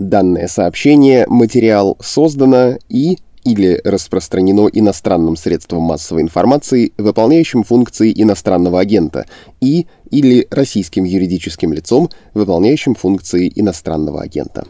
Данное сообщение, материал создано или распространено иностранным средством массовой информации, выполняющим функции иностранного агента, или российским юридическим лицом, выполняющим функции иностранного агента.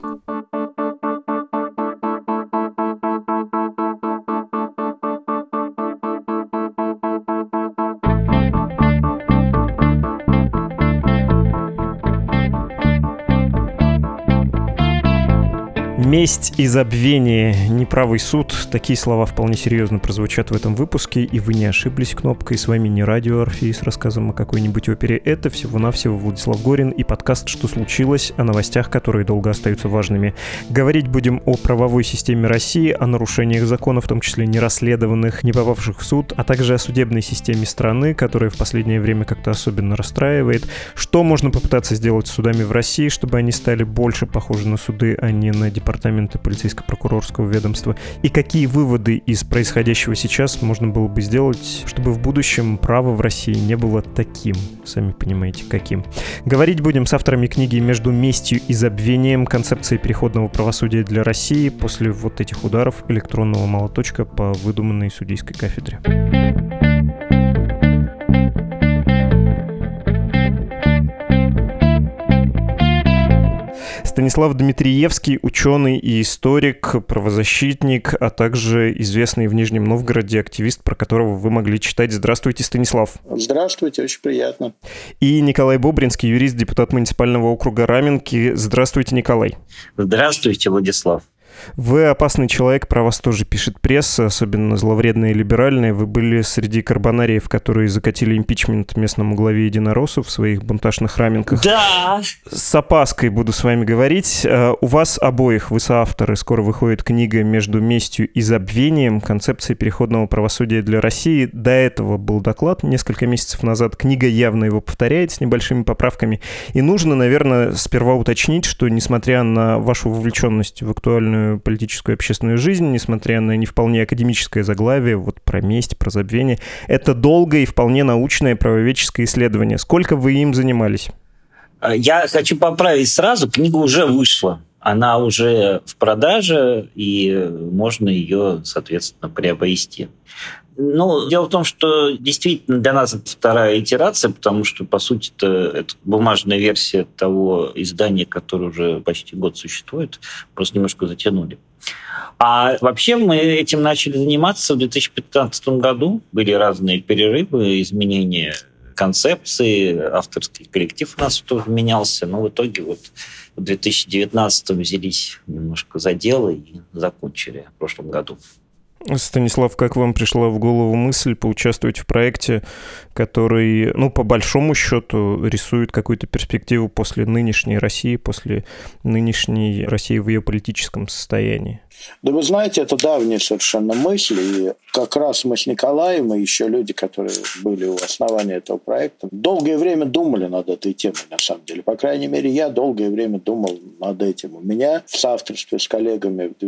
Месть и забвение, неправый суд. Такие слова вполне серьезно прозвучат в этом выпуске, и вы не ошиблись кнопкой. С вами не радио Орфей с рассказом о какой-нибудь опере. Это всего-навсего Владислав Горин и подкаст «Что случилось?», о новостях, которые долго остаются важными. Говорить будем о правовой системе России, о нарушениях закона, в том числе нерасследованных, не попавших в суд, а также о судебной системе страны, которая в последнее время как-то особенно расстраивает. Что можно попытаться сделать с судами в России, чтобы они стали больше похожи на суды, а не на департаменты полицейско-прокурорского ведомства, и какие выводы из происходящего сейчас можно было бы сделать, чтобы в будущем право в России не было таким, сами понимаете, каким. Говорить будем с авторами книги «Между местью и забвением. Концепция переходного правосудия для России» после вот этих ударов электронного молоточка по выдуманной судейской кафедре. Станислав Дмитриевский, ученый и историк, правозащитник, а также известный в Нижнем Новгороде активист, про которого вы могли читать. Здравствуйте, Станислав. Здравствуйте, очень приятно. И Николай Бобринский, юрист, депутат муниципального округа Раменки. Здравствуйте, Николай. Здравствуйте, Владислав. Вы опасный человек, про вас тоже пишет пресса, особенно зловредная и либеральная. Вы были среди карбонариев, которые закатили импичмент местному главе единороссов в своих бунтажных раменках. Да! С опаской буду с вами говорить. У вас обоих, вы соавторы, скоро выходит книга «Между местью и забвением. Концепция переходного правосудия для России». До этого был доклад несколько месяцев назад. Книга явно его повторяет с небольшими поправками. И нужно, наверное, сперва уточнить, что несмотря на вашу вовлеченность в актуальную политическую и общественную жизнь, несмотря на не вполне академическое заглавие, вот про месть, про забвение, это долгое и вполне научное правоведческое исследование. Сколько вы им занимались? Я хочу поправить сразу, книга уже вышла. Она уже в продаже, и можно ее, соответственно, приобрести. Ну, дело в том, что действительно для нас это вторая итерация, потому что, по сути, это бумажная версия того издания, которое уже почти год существует, просто немножко затянули. А вообще мы этим начали заниматься в 2015 году. Были разные перерывы, изменения концепции, авторский коллектив у нас тоже менялся, но в итоге вот в 2019 взялись немножко за дело и закончили в прошлом году. Станислав, как вам пришла в голову мысль поучаствовать в проекте, который, по большому счету, рисует какую-то перспективу после нынешней России, после нынешней России в ее политическом состоянии? Да вы знаете, это давняя совершенно мысль, и как раз мы с Николаем и еще люди, которые были у основания этого проекта, долгое время думали над этой темой, на самом деле. По крайней мере, я долгое время думал над этим. У меня в соавторстве с коллегами в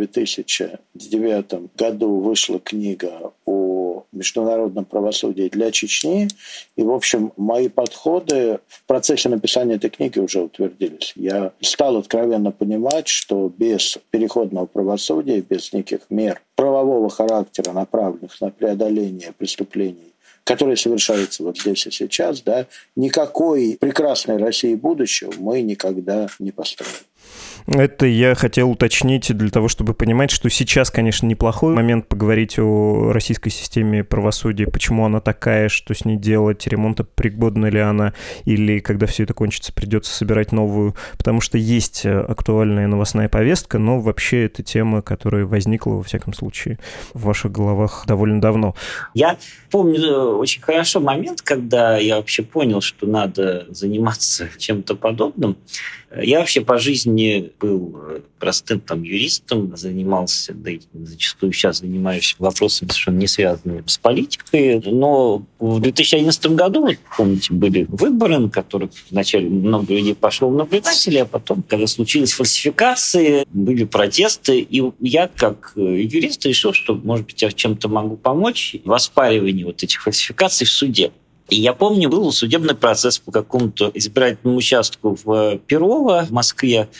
2009 году вышла книга о международном правосудии для Чечни, и, в общем, мои подходы в процессе написания этой книги уже утвердились. Я стал откровенно понимать, что без переходного правосудия, без неких мер правового характера, направленных на преодоление преступлений, которые совершаются вот здесь и сейчас, да, никакой прекрасной России будущего мы никогда не построим. Это я хотел уточнить для того, чтобы понимать, что сейчас, конечно, неплохой момент поговорить о российской системе правосудия, почему она такая, что с ней делать, ремонтопригодна ли она, или когда все это кончится, придется собирать новую, потому что есть актуальная новостная повестка, но вообще это тема, которая возникла, во всяком случае, в ваших головах довольно давно. Я помню очень хорошо момент, когда я вообще понял, что надо заниматься чем-то подобным. Я вообще по жизни был простым юристом, занимался, да и зачастую сейчас занимаюсь вопросами, совершенно не связанными с политикой. Но в 2011 году, помните, были выборы, на которых вначале много людей пошло в наблюдатели, а потом, когда случились фальсификации, были протесты, и я, как юрист, решил, что, может быть, я чем-то могу помочь в оспаривании вот этих фальсификаций в суде. И я помню, был судебный процесс по какому-то избирательному участку в Перово, в Москве,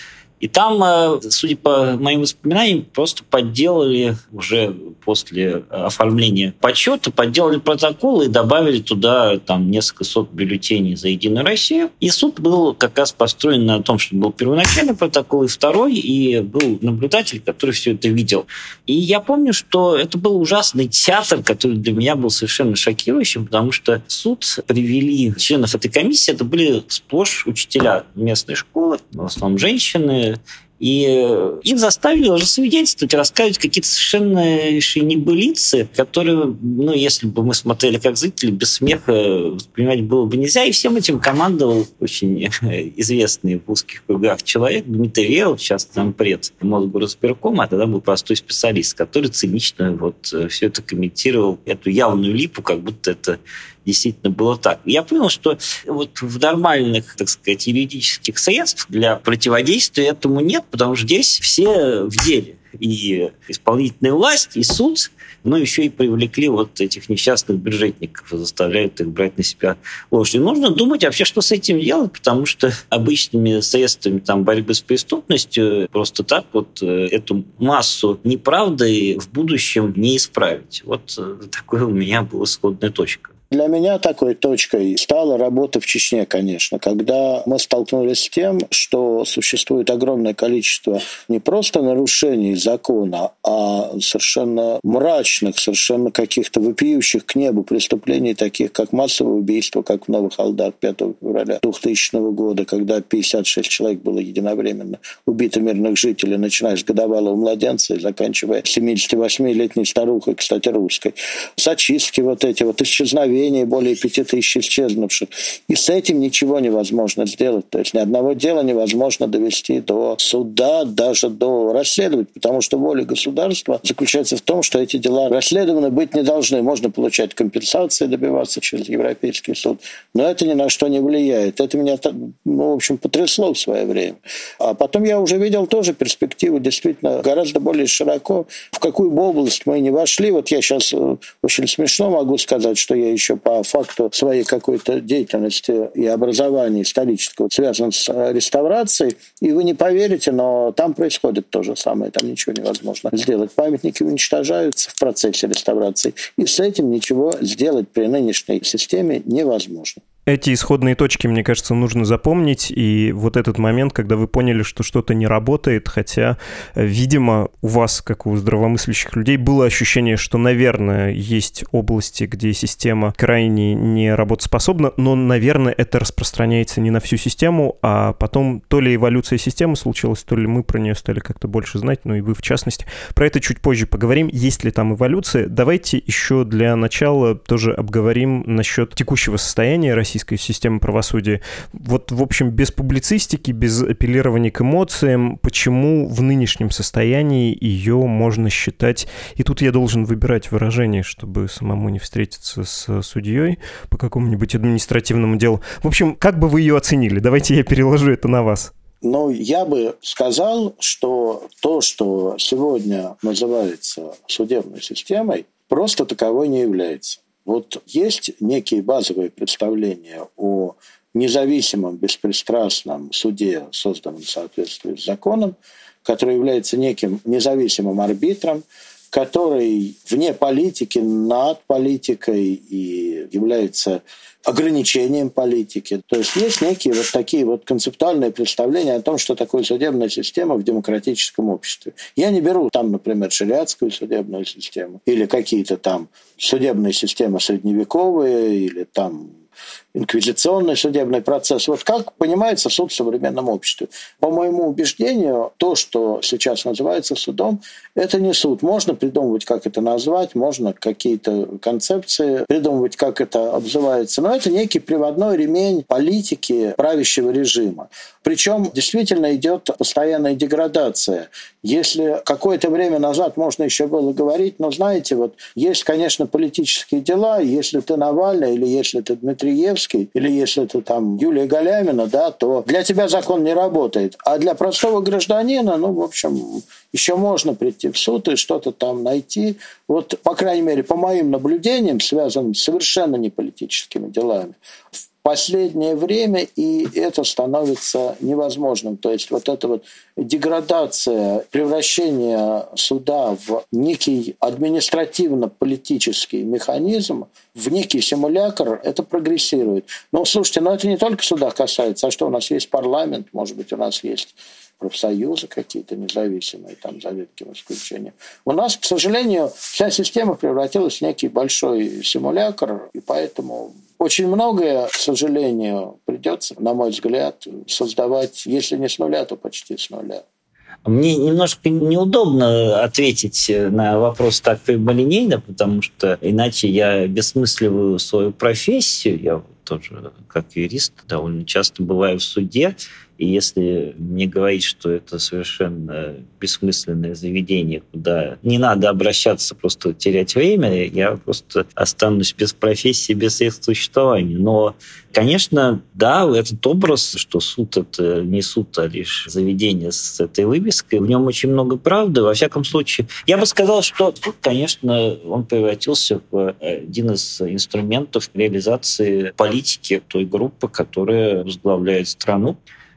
И там, судя по моим воспоминаниям, просто подделали уже после оформления подсчета, подделали протоколы и добавили туда там несколько сот бюллетеней за «Единую Россию». И суд был как раз построен на том, что был первоначальный протокол и второй, и был наблюдатель, который все это видел. И я помню, что это был ужасный театр, который для меня был совершенно шокирующим, потому что в суд привели членов этой комиссии, это были сплошь учителя местной школы, в основном женщины, и их заставили уже свидетельствовать, рассказывать какие-то совершеннейшие небылицы, которые, если бы мы смотрели как зрители, без смеха воспринимать было бы нельзя. И всем этим командовал очень известный в узких кругах человек Дмитрий Реут, сейчас зампред Мосгорисполкома, а тогда был простой специалист, который цинично все это комментировал, эту явную липу, как будто это действительно было так. Я понял, что в нормальных, так сказать, юридических средств для противодействия этому нет, потому что здесь все в деле. И исполнительная власть, и суд, но еще и привлекли этих несчастных бюджетников, заставляют их брать на себя ложь. И нужно думать вообще, что с этим делать, потому что обычными средствами борьбы с преступностью просто так эту массу неправды в будущем не исправить. Такой у меня была исходная точка. Для меня такой точкой стала работа в Чечне, конечно, когда мы столкнулись с тем, что существует огромное количество не просто нарушений закона, а совершенно мрачных, совершенно каких-то вопиющих к небу преступлений, таких как массовое убийство, как в Новых Алдах 5 февраля 2000 года, когда 56 человек было единовременно убито мирных жителей, начиная с годовалого младенца и заканчивая 78-летней старухой, кстати, русской. Зачистки исчезновения, более 5000 исчезнувших. И с этим ничего невозможно сделать. То есть ни одного дела невозможно довести до суда, даже до расследования, потому что воля государства заключается в том, что эти дела расследованы быть не должны. Можно получать компенсации, добиваться через Европейский суд, но это ни на что не влияет. Это меня, потрясло в свое время. А потом я уже видел тоже перспективу действительно гораздо более широко, в какую бы область мы не вошли. Я сейчас очень смешно могу сказать, что я еще по факту своей какой-то деятельности и образования исторического связан с реставрацией, и вы не поверите, но там происходит то же самое, там ничего невозможно сделать. Памятники уничтожаются в процессе реставрации, и с этим ничего сделать при нынешней системе невозможно. Эти исходные точки, мне кажется, нужно запомнить, и этот момент, когда вы поняли, что что-то не работает, хотя, видимо, у вас, как у здравомыслящих людей, было ощущение, что, наверное, есть области, где система крайне не работоспособна, но, наверное, это распространяется не на всю систему, а потом то ли эволюция системы случилась, то ли мы про нее стали как-то больше знать, и вы в частности. Про это чуть позже поговорим, есть ли там эволюция. Давайте еще для начала тоже обговорим насчет текущего состояния российской системы правосудия. В общем, без публицистики, без апеллирования к эмоциям, почему в нынешнем состоянии ее можно считать... И тут я должен выбирать выражение, чтобы самому не встретиться с судьей по какому-нибудь административному делу. В общем, как бы вы ее оценили? Давайте я переложу это на вас. Я бы сказал, что то, что сегодня называется судебной системой, просто таковой не является. Есть некие базовые представления о независимом, беспристрастном суде, созданном в соответствии с законом, который является неким независимым арбитром, который вне политики, над политикой и является ограничением политики. То есть есть некие такие концептуальные представления о том, что такое судебная система в демократическом обществе. Я не беру там, например, шариатскую судебную систему или какие-то там судебные системы средневековые или там инквизиционный судебный процесс. Как понимается суд в современном обществе? По моему убеждению, то, что сейчас называется судом, это не суд. Можно придумывать, как это назвать, можно какие-то концепции придумывать, как это обзывается, но это некий приводной ремень политики правящего режима. Причем действительно идет постоянная деградация. Если какое-то время назад можно еще было говорить, знаете, есть, конечно, политические дела, если ты Навальный, или если ты Дмитриевский, или если ты там Юлия Галямина, то для тебя закон не работает. А для простого гражданина, еще можно прийти в суд и что-то там найти. По крайней мере, по моим наблюдениям, связанным с совершенно не политическими делами. В последнее время, и это становится невозможным. То есть вот эта вот деградация, превращение суда в некий административно-политический механизм, в некий симулятор, это прогрессирует. Но слушайте, это не только суда касается, а что у нас есть парламент, может быть, у нас есть профсоюзы какие-то независимые, там, за редким исключением. У нас, к сожалению, вся система превратилась в некий большой симулятор, и поэтому очень многое, к сожалению, придется, на мой взгляд, создавать, если не с нуля, то почти с нуля. Мне немножко неудобно ответить на вопрос так прямолинейно, потому что иначе я бессмысливаю свою профессию. Я тоже, как юрист, довольно часто бываю в суде, и если мне говорить, что это совершенно бессмысленное заведение, куда не надо обращаться, просто терять время, я просто останусь без профессии, без средств существования. Но, конечно, да, этот образ, что суд — это не суд, а лишь заведение с этой вывеской, в нем очень много правды. Во всяком случае, я бы сказал, что суд, конечно, он превратился в один из инструментов реализации политики той группы, которая возглавляет страну.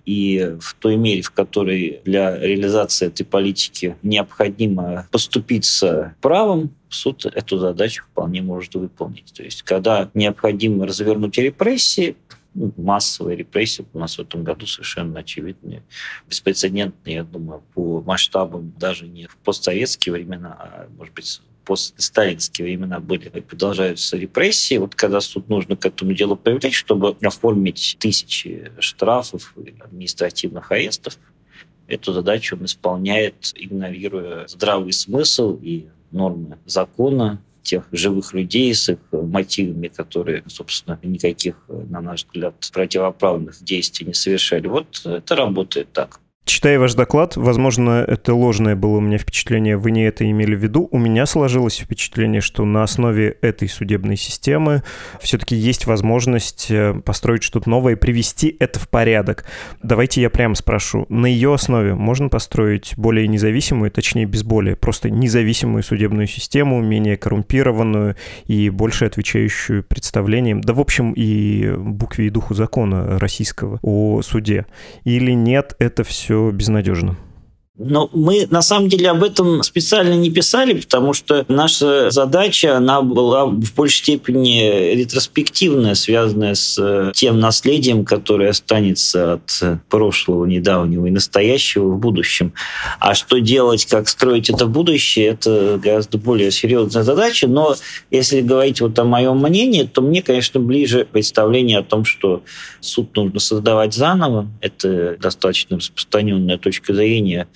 И в той мере, в которой для реализации этой политики необходимо поступиться правом, суд эту задачу вполне может выполнить. То есть, когда необходимо развернуть репрессии, массовые репрессии у нас в этом году совершенно очевидные, беспрецедентные, я думаю, по масштабам даже не в постсоветские времена, а, может быть, постсталинские времена были и продолжаются репрессии. Вот когда суд нужно к этому делу привлечь, чтобы оформить тысячи штрафов и административных арестов, эту задачу он исполняет, игнорируя здравый смысл и нормы закона, тех живых людей с их мотивами, которые, собственно, никаких, на наш взгляд, противоправных действий не совершали. Вот это работает так. Читая ваш доклад, возможно, это ложное было у меня впечатление, вы не это имели в виду. У меня сложилось впечатление, что на основе этой судебной системы все-таки есть возможность построить что-то новое и привести это в порядок. Давайте я прямо спрошу. На ее основе можно построить более независимую, точнее, без более, просто независимую судебную систему, менее коррумпированную и больше отвечающую представлениям, да, в общем, и букве и духу закона российского о суде? Или нет, это все безнадежно? Но мы, на самом деле, об этом специально не писали, потому что наша задача, она была в большей степени ретроспективная, связанная с тем наследием, которое останется от прошлого, недавнего и настоящего в будущем. А что делать, как строить это будущее, это гораздо более серьезная задача. Но если говорить вот о моем мнении, то мне, конечно, ближе представление о том, что суд нужно создавать заново. Это достаточно распространенная точка зрения.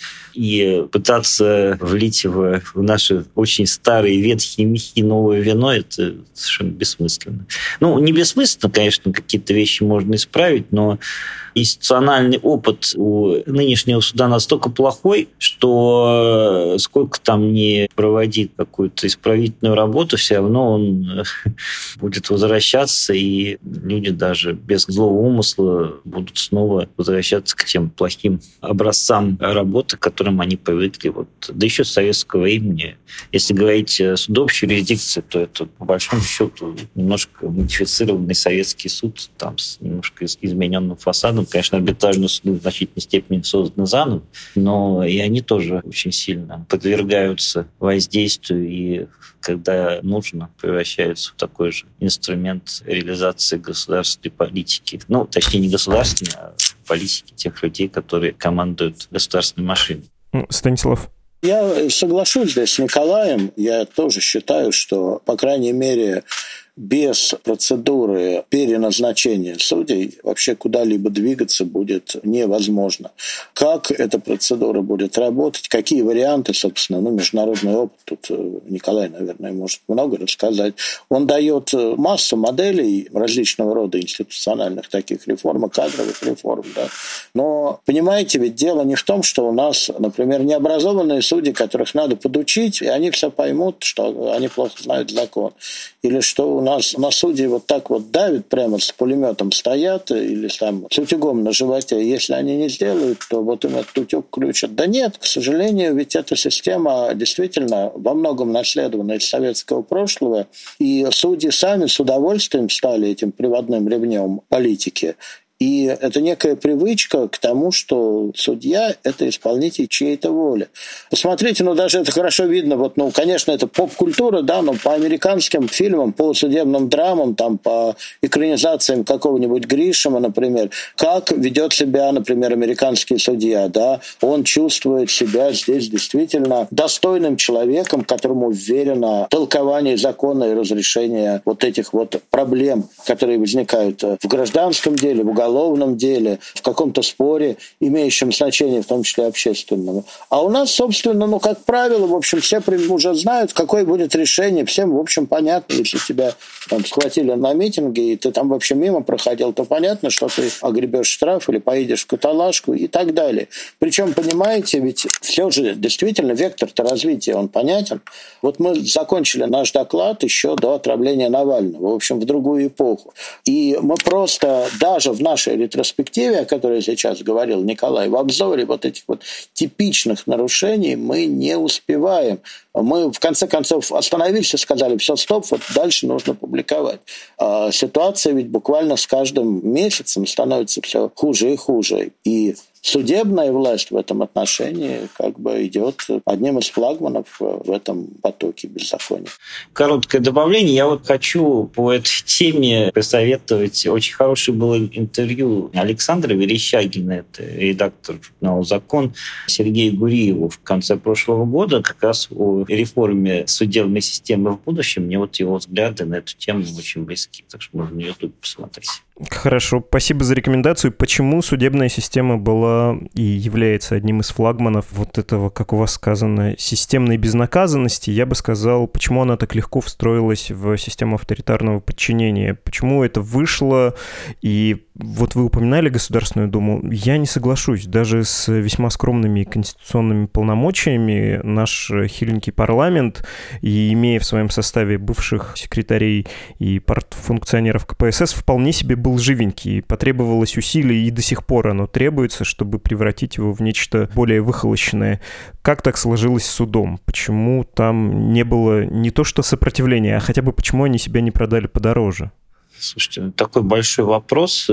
И пытаться влить в наши очень старые ветхие мехи новое вино — это совершенно бессмысленно. Ну, не бессмысленно, конечно, какие-то вещи можно исправить, но институциональный опыт у нынешнего суда настолько плохой, что сколько там ни проводит какую-то исправительную работу, все равно он будет возвращаться, и люди даже без злого умысла будут снова возвращаться к тем плохим образцам работы, к которым они привыкли. Вот. Да еще с советского времени. Если говорить суд общей юрисдикции, то это, по большому счету, немножко модифицированный советский суд, там, с немножко измененным фасадом. Конечно, арбитражные суды в значительной степени созданы заново, но и они тоже очень сильно подвергаются воздействию и, когда нужно, превращаются в такой же инструмент реализации государственной политики. Ну, точнее, не государственной, а политики тех людей, которые командуют государственной машиной. Станислав. Я соглашусь здесь с Николаем. Я тоже считаю, что, по крайней мере, без процедуры переназначения судей вообще куда-либо двигаться будет невозможно. Как эта процедура будет работать, какие варианты, собственно, международный опыт, тут Николай, наверное, может много рассказать. Он дает массу моделей различного рода институциональных таких реформ, кадровых реформ. Да. Но, понимаете, ведь дело не в том, что у нас, например, необразованные судьи, которых надо подучить, и они все поймут, что они плохо знают закон. Или что у нас нас на судей вот так вот давят, прямо с пулеметом стоят или там с утюгом на животе. Если они не сделают, то вот им этот утюг включат. Да нет, к сожалению, ведь эта система действительно во многом наследована из советского прошлого, и судьи сами с удовольствием стали этим приводным ремнем политики. И это некая привычка к тому, что судья – это исполнитель чьей-то воли. Посмотрите, даже это хорошо видно, конечно, это поп-культура, да, но по американским фильмам, по судебным драмам, там, по экранизациям какого-нибудь Гришема, например, как ведет себя, например, американский судья, да, он чувствует себя здесь действительно достойным человеком, которому вверено толкование закона и разрешение вот этих вот проблем, которые возникают в гражданском деле, в уголовном деле, в каком-то споре, имеющем значение, в том числе общественном. А у нас, собственно, как правило, в общем, все уже знают, какое будет решение. Всем, в общем, понятно, если тебя там схватили на митинге, и ты там вообще мимо проходил, то понятно, что ты огребешь штраф или поедешь в каталажку и так далее. Причем, понимаете, ведь все же действительно вектор-то развития, он понятен. Вот мы закончили наш доклад еще до отравления Навального, в общем, в другую эпоху. И мы просто даже в нашей ретроспективе, о которой сейчас говорил Николай, в обзоре вот этих вот типичных нарушений мы не успеваем. Мы, в конце концов, остановились и сказали, все, стоп, вот дальше нужно публиковать. А ситуация ведь буквально с каждым месяцем становится все хуже и хуже. И судебная власть в этом отношении как бы идет одним из флагманов в этом потоке беззакония. Короткое добавление. Я хочу по этой теме посоветовать. Очень хорошее было интервью Александра Верещагина, это редактор журнала «Закон», Сергею Гуриеву в конце прошлого года как раз о реформе судебной системы в будущем. Мне его взгляды на эту тему очень близки, так что можно на YouTube посмотреть. Хорошо, спасибо за рекомендацию. Почему судебная система была и является одним из флагманов вот этого, как у вас сказано, системной безнаказанности? Я бы сказал, почему она так легко встроилась в систему авторитарного подчинения? Почему это вышло? И вот вы упоминали Государственную Думу. Я не соглашусь. Даже с весьма скромными конституционными полномочиями наш хиленький парламент, и имея в своем составе бывших секретарей и партфункционеров КПСС, вполне себе был живенький. Потребовалось усилий, и до сих пор оно требуется, чтобы превратить его в нечто более выхолощенное. Как так сложилось с судом? Почему там не было не то что сопротивления, а хотя бы почему они себя не продали подороже? Слушайте, такой большой вопрос.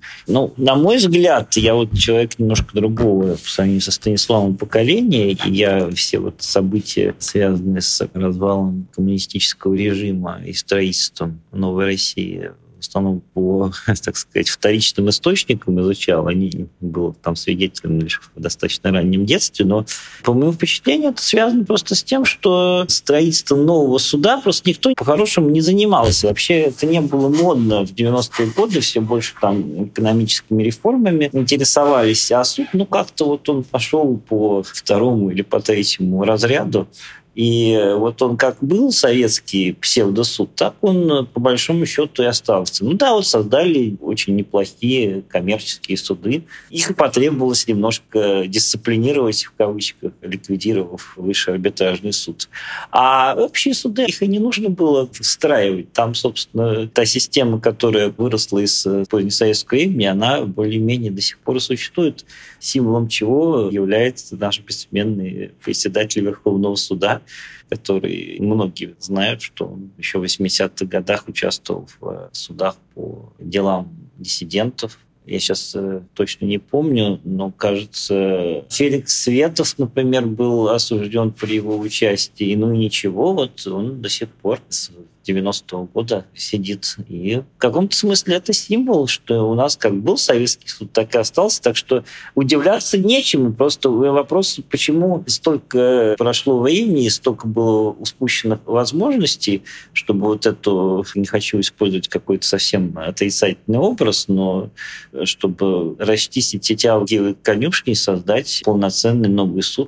На мой взгляд, я человек немножко другого по сравнению со Станиславом поколения, и я все события, связанные с развалом коммунистического режима и строительством новой России, в основном по, так сказать, вторичным источникам изучал. Они был там свидетелем лишь в достаточно раннем детстве, но, по моему впечатлению, это связано просто с тем, что строительством нового суда просто никто по-хорошему не занимался. Вообще это не было модно в 90-е годы, все больше там экономическими реформами интересовались, а суд, как-то он пошел по второму или по третьему разряду. И он как был советский псевдосуд, так он по большому счету и остался. Создали очень неплохие коммерческие суды. Их потребовалось немножко дисциплинировать, в кавычках, ликвидировав высший арбитражный суд. А общие суды, их и не нужно было встраивать. Там, собственно, та система, которая выросла из позднесоветского времени, она более-менее до сих пор существует, символом чего является наш бессменный председатель Верховного суда, который многие знают, что он еще в 80-х годах участвовал в судах по делам диссидентов. Я сейчас точно не помню, но, кажется, Феликс Светов, например, был осужден при его участии. И ничего, он до сих пор с 90-го года сидит. И в каком-то смысле это символ, что у нас как был советский суд, так и остался. Так что удивляться нечему. Просто вопрос, почему столько прошло времени и столько было упущенных возможностей, чтобы эту, не хочу использовать какой-то совсем отрицательный образ, но чтобы расчистить эти алгебры конюшни и создать полноценный новый суд,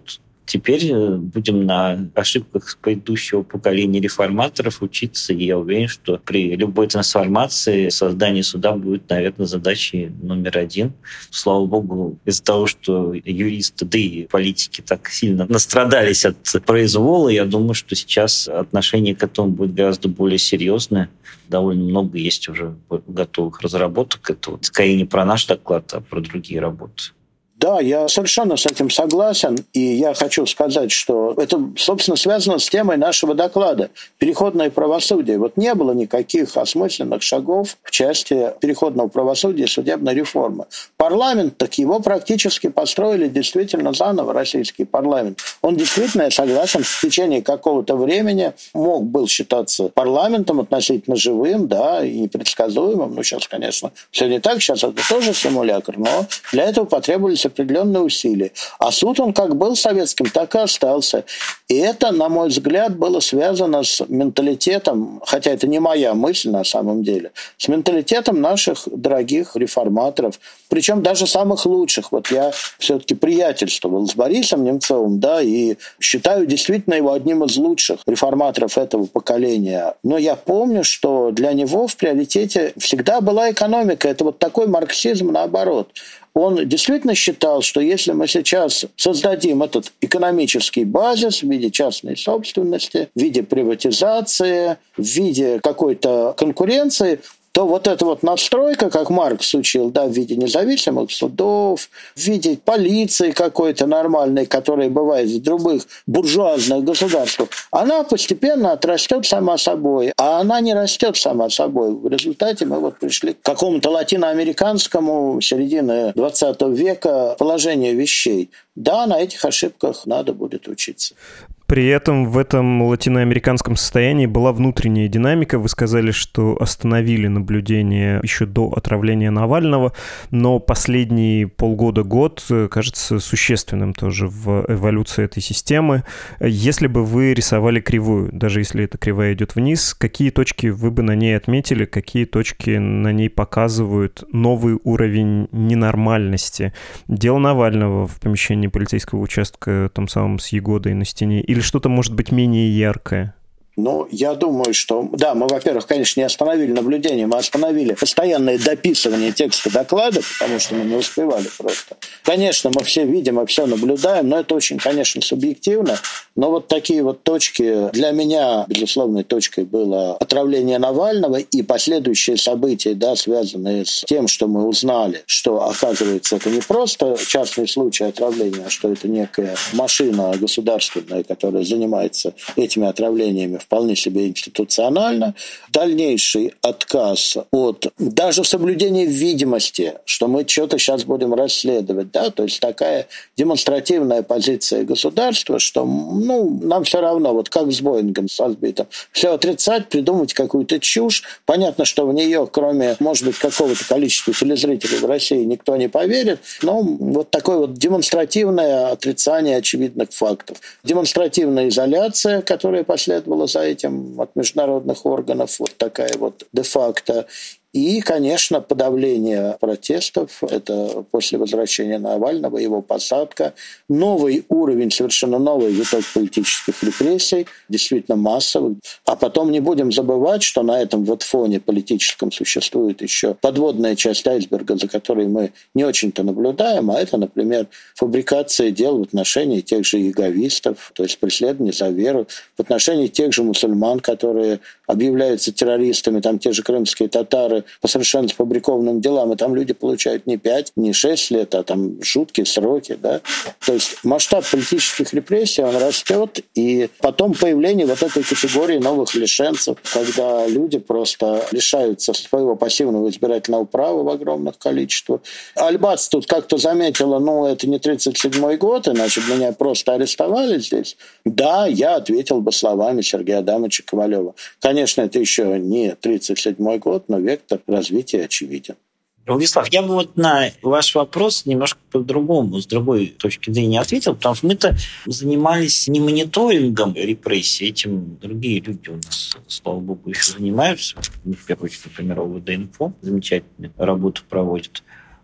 Теперь будем на ошибках предыдущего поколения реформаторов учиться, и я уверен, что при любой трансформации создание суда будет, наверное, задачей номер один. Слава богу, из-за того, что юристы, да и политики так сильно настрадались от произвола, я думаю, что сейчас отношение к этому будет гораздо более серьезное. Довольно много есть уже готовых разработок. Это вот скорее не про наш доклад, а про другие работы. Да, я совершенно с этим согласен, и я хочу сказать, что это, собственно, связано с темой нашего доклада «Переходное правосудие». Вот не было никаких осмысленных шагов в части переходного правосудия и судебной реформы. Парламент, так его практически построили действительно заново, российский парламент. Он действительно, я согласен, в течение какого-то времени был считаться парламентом относительно живым, да, и непредсказуемым. Ну, сейчас, конечно, все не так, сейчас это тоже симулятор, но для этого потребовались определенные усилия. А суд, он как был советским, так и остался. И это, на мой взгляд, было связано с менталитетом, хотя это не моя мысль на самом деле, с менталитетом наших дорогих реформаторов, причем даже самых лучших. Вот я все-таки приятельствовал с Борисом Немцовым, да, и считаю действительно его одним из лучших реформаторов этого поколения. Но я помню, что для него в приоритете всегда была экономика. Это вот такой марксизм наоборот. Он действительно считал, что если мы сейчас создадим этот экономический базис в виде частной собственности, в виде приватизации, в виде какой-то конкуренции, то вот эта вот настройка, как Маркс учил, да, в виде независимых судов, в виде полиции какой-то нормальной, которая бывает в других буржуазных государствах, она постепенно отрастет сама собой. А она не растет сама собой. В результате мы вот пришли к какому-то латиноамериканскому середины 20 века положению вещей. Да, на этих ошибках надо будет учиться. При этом в этом латиноамериканском состоянии была внутренняя динамика. Вы сказали, что остановили наблюдение еще до отравления Навального, но последние полгода-год кажется существенным тоже в эволюции этой системы. Если бы вы рисовали кривую, даже если эта кривая идет вниз, какие точки вы бы на ней отметили, какие точки на ней показывают новый уровень ненормальности? Дело Навального в помещении полицейского участка, том самом с Егодой на стене, или что-то может быть менее яркое? Ну, я думаю, что... Да, мы, во-первых, конечно, не остановили наблюдение, мы остановили постоянное дописывание текста доклада, потому что мы не успевали просто. Конечно, мы все видим и все наблюдаем, но это очень, конечно, субъективно. Но вот такие вот точки... Для меня, безусловной точкой было отравление Навального и последующие события, да, связанные с тем, что мы узнали, что, оказывается, это не просто частный случай отравления, а что это некая машина государственная, которая занимается этими отравлениями вполне себе институционально. Дальнейший отказ от даже соблюдения видимости, что мы что-то сейчас будем расследовать, да, то есть такая демонстративная позиция государства, что, ну, нам все равно, вот как с Боингом, с сбитым, все отрицать, придумать какую-то чушь. Понятно, что в нее, кроме, может быть, какого-то количества телезрителей в России, никто не поверит, но вот такое вот демонстративное отрицание очевидных фактов. Демонстративная изоляция, которая последовала за этим от международных органов, вот такая вот де-факто. И, конечно, подавление протестов, это после возвращения Навального, его посадка, новый уровень, совершенно новый виток политических репрессий, действительно массовых. А потом не будем забывать, что на этом вот фоне политическом существует еще подводная часть айсберга, за которой мы не очень-то наблюдаем, а это, например, фабрикация дел в отношении тех же иеговистов, то есть преследование за веру, в отношении тех же мусульман, которые объявляются террористами, там те же крымские татары, по совершенно сфабрикованным делам, и там люди получают не 5, не 6 лет, а там жуткие сроки, да. То есть масштаб политических репрессий, он растет, и потом появление вот этой категории новых лишенцев, когда люди просто лишаются своего пассивного избирательного права в огромных количествах. Альбац тут как-то заметила, ну, это не 1937 год, иначе бы меня просто арестовали здесь. Да, я ответил бы словами Сергея Адамовича Ковалева. Конечно, это еще не 1937 год, но вектор развития очевиден. Владислав, я бы вот на ваш вопрос немножко по-другому, с другой точки зрения ответил, потому что мы-то занимались не мониторингом репрессий, этим другие люди у нас, слава богу, еще занимаются. В первую очередь, например, ОВД-инфо замечательную работу проводит.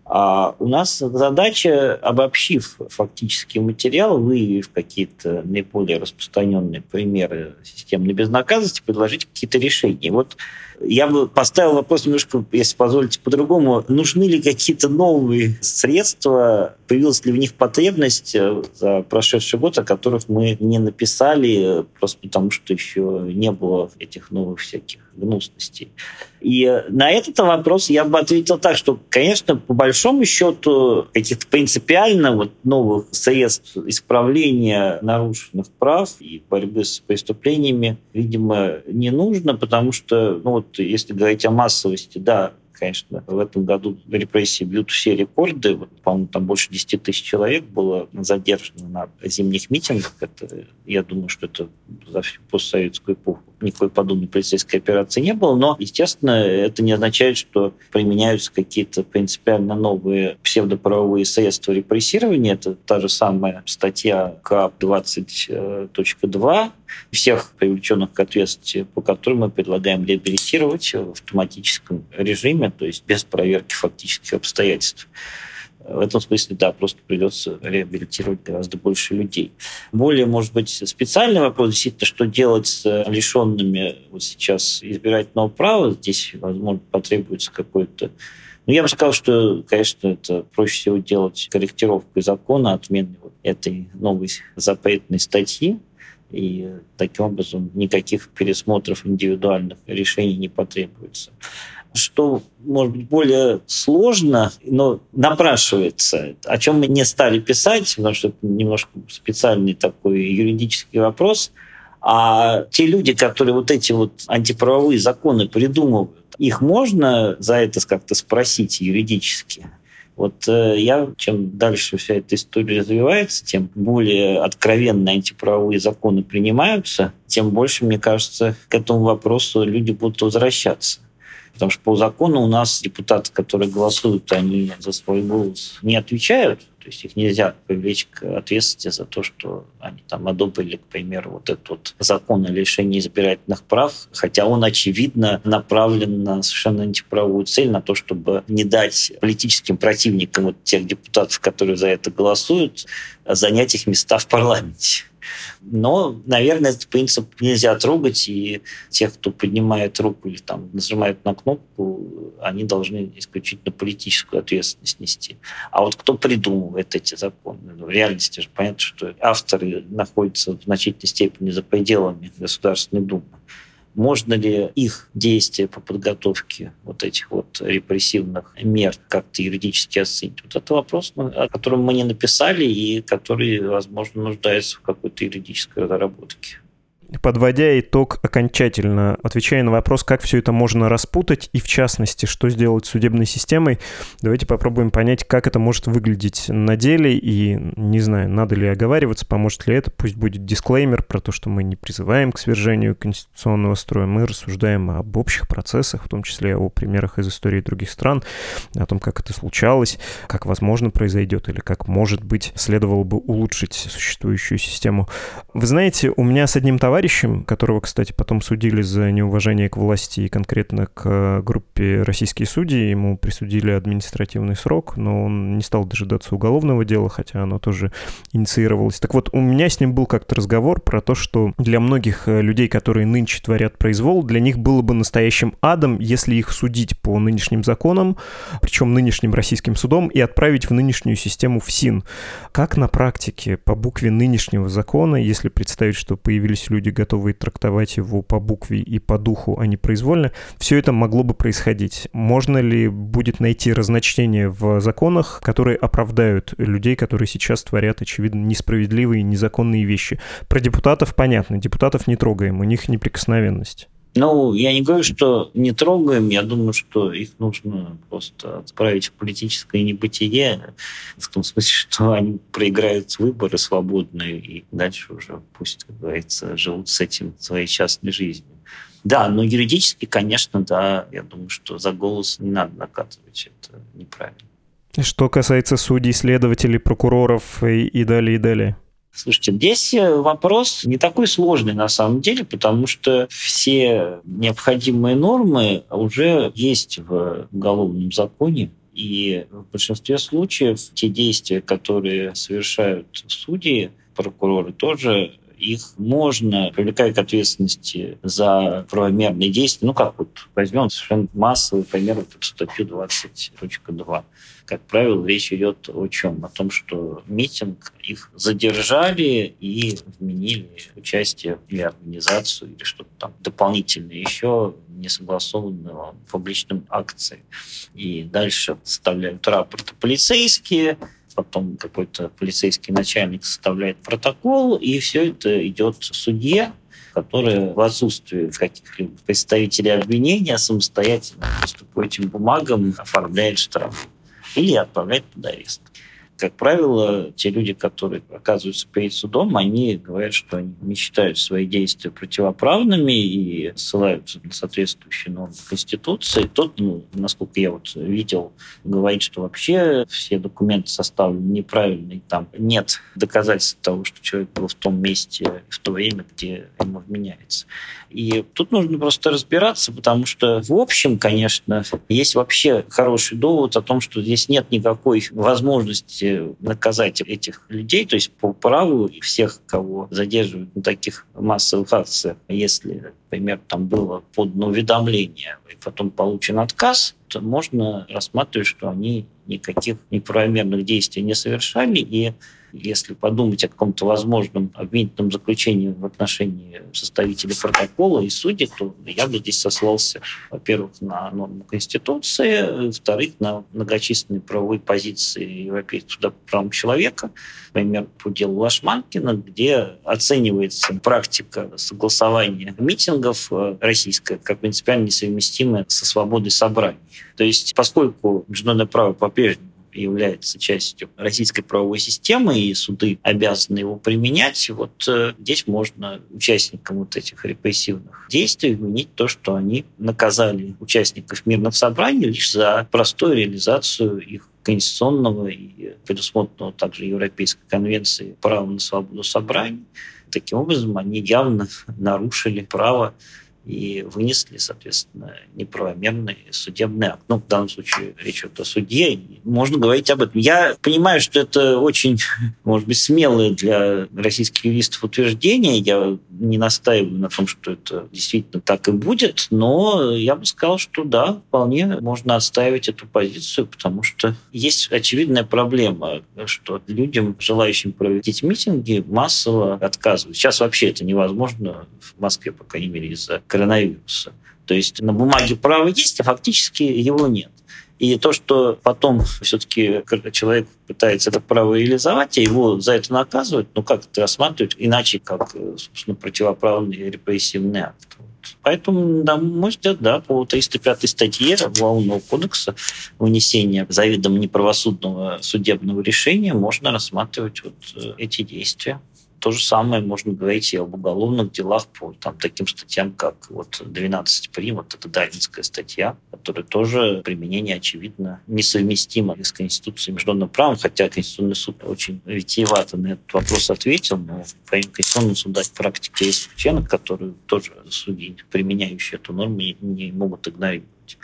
А у нас задача, обобщив фактический материал, выявив какие-то наиболее распространенные примеры системной безнаказанности, предложить какие-то решения. Вот я бы поставил вопрос немножко, если позволите, по-другому. Нужны ли какие-то новые средства? Появилась ли в них потребность за прошедший год, о которых мы не написали, просто потому что еще не было этих новых всяких гнусностей? И на этот вопрос я бы ответил так, что, конечно, по большому счету каких-то принципиально новых средств исправления нарушенных прав и борьбы с преступлениями, видимо, не нужно, потому что, если говорить о массовости, да, конечно, в этом году репрессии бьют все рекорды. По-моему, там больше 10 тысяч человек было задержано на зимних митингах. Я думаю, что это за всю постсоветскую эпоху никакой подобной полицейской операции не было. Но, естественно, это не означает, что применяются какие-то принципиально новые псевдоправовые средства репрессирования. Это та же самая статья КАП 20.2 всех привлеченных к ответственности, по которой мы предлагаем реабилитировать в автоматическом режиме, то есть без проверки фактических обстоятельств. В этом смысле, да, просто придется реабилитировать гораздо больше людей. Более, может быть, специальный вопрос, действительно, что делать с лишенными сейчас избирательного права. Здесь, возможно, потребуется какой-то... я бы сказал, что, конечно, это проще всего делать корректировкой закона, отменой этой новой запретной статьи. И таким образом никаких пересмотров индивидуальных решений не потребуется. Что, может быть, более сложно, но напрашивается, о чем мы не стали писать, потому что это немножко специальный такой юридический вопрос, а те люди, которые эти антиправовые законы придумывают, их можно за это как-то спросить юридически? Чем дальше вся эта история развивается, тем более откровенные антиправовые законы принимаются, тем больше, мне кажется, к этому вопросу люди будут возвращаться. Потому что по закону у нас депутаты, которые голосуют, они за свой голос не отвечают. То есть их нельзя привлечь к ответственности за то, что они одобрили, к примеру, этот закон о лишении избирательных прав, хотя он, очевидно, направлен на совершенно антиправовую цель, на то, чтобы не дать политическим противникам тех депутатов, которые за это голосуют, занять их места в парламенте. Но, наверное, этот принцип нельзя трогать, и тех, кто поднимает руку или нажимает на кнопку, они должны исключительно политическую ответственность нести. А кто придумывает эти законы? В реальности же понятно, что авторы находятся в значительной степени за пределами Государственной Думы. Можно ли их действия по подготовке этих репрессивных мер как-то юридически оценить? Это вопрос, о котором мы не написали и который, возможно, нуждается в какой-то юридической разработке. Подводя итог окончательно, отвечая на вопрос, как все это можно распутать, и в частности, что сделать с судебной системой, давайте попробуем понять, как это может выглядеть на деле, и не знаю, надо ли оговариваться, поможет ли это, пусть будет дисклеймер про то, что мы не призываем к свержению конституционного строя, мы рассуждаем об общих процессах, в том числе о примерах из истории других стран, о том, как это случалось, как возможно произойдет, или как, может быть, следовало бы улучшить существующую систему. Вы знаете, у меня с одним товарищем, которого, кстати, потом судили за неуважение к власти и конкретно к группе «Российские судьи». Ему присудили административный срок, но он не стал дожидаться уголовного дела, хотя оно тоже инициировалось. Так вот, у меня с ним был как-то разговор про то, что для многих людей, которые нынче творят произвол, для них было бы настоящим адом, если их судить по нынешним законам, причем нынешним российским судом, и отправить в нынешнюю систему ФСИН. Как на практике по букве нынешнего закона, если представить, что появились люди, готовые трактовать его по букве и по духу, а не произвольно, все это могло бы происходить. Можно ли будет найти разночтение в законах, которые оправдают людей, которые сейчас творят, очевидно, несправедливые, незаконные вещи? Про депутатов понятно, депутатов не трогаем, у них неприкосновенность. Я не говорю, что не трогаем, я думаю, что их нужно просто отправить в политическое небытие, в том смысле, что они проиграют выборы свободные, и дальше уже пусть, как говорится, живут с этим своей частной жизнью. Да, но юридически, конечно, да, я думаю, что за голос не надо наказывать, это неправильно. Что касается судей, следователей, прокуроров и далее, и далее? Слушайте, здесь вопрос не такой сложный на самом деле, потому что все необходимые нормы уже есть в уголовном законе, И в большинстве случаев те действия, которые совершают судьи, прокуроры тоже, их можно привлекать к ответственности за правомерные действия. Ну, как вот возьмем совершенно массовый пример, вот статью 20.2. Как правило, речь идет о чем? О том, что митинг их задержали и вменили участие или организацию, или что-то там дополнительное еще несогласованного публичным акцией. И дальше составляют рапорты полицейские, потом какой-то полицейский начальник составляет протокол, и все это идет судье, который в отсутствии каких-либо представителей обвинения самостоятельно просто по этим бумагам оформляет штраф или отправляет под арест. Как правило, те люди, которые оказываются перед судом, они говорят, что они не считают свои действия противоправными и ссылаются на соответствующие нормы Конституции. Тот, насколько я вот видел, говорит, что вообще все документы составлены неправильно, и там нет доказательств того, что человек был в том месте в то время, где ему вменяется. И тут нужно просто разбираться, потому что в общем, конечно, есть вообще хороший довод о том, что здесь нет никакой возможности наказать этих людей, то есть по праву всех, кого задерживают на таких массовых акциях, если, например, там было подано уведомление и потом получен отказ, то можно рассматривать, что они никаких неправомерных действий не совершали, и если подумать о каком-то возможном обвинительном заключении в отношении составителей протокола и судей, то я бы здесь сослался, во-первых, на норму Конституции, во-вторых, на многочисленные правовые позиции Европейского суда по правам человека, например, по делу Лашманкина, где оценивается практика согласования митингов российская как принципиально несовместимая со свободой собраний. То есть, поскольку международное право по-прежнему является частью российской правовой системы, и суды обязаны его применять, вот здесь можно участникам вот этих репрессивных действий вменить то, что они наказали участников мирных собраний лишь за простую реализацию их конституционного и предусмотренного также Европейской конвенцией права на свободу собраний. Таким образом, они явно нарушили право и вынесли, соответственно, неправомерный судебный акт. В данном случае речь идет о судье. Можно говорить об этом. Я понимаю, что это очень, может быть, смелое для российских юристов утверждение. Я не настаиваю на том, что это действительно так и будет, но я бы сказал, что да, вполне можно отстаивать эту позицию, потому что есть очевидная проблема, что людям, желающим проводить митинги, массово отказывают. Сейчас вообще это невозможно в Москве, по крайней мере, из-за коронавируса. То есть на бумаге право есть, а фактически его нет. И то, что потом все-таки человек пытается это право реализовать, а его за это наказывают, как это рассматривать иначе, как, собственно, противоправный репрессивный акт. Поэтому, на мой взгляд, да, по 305 статье Уголовного кодекса вынесение заведомо неправосудного судебного решения можно рассматривать вот эти действия. То же самое можно говорить и об уголовных делах по таким статьям, как 12 прим, это Дарвинская статья, которая тоже применение, очевидно, несовместимо с Конституцией и международным правом, хотя Конституционный суд очень витиевато на этот вопрос ответил, но в Конституционном суде в практике есть исключения, которые тоже судьи, применяющие эту норму, не могут игнорировать.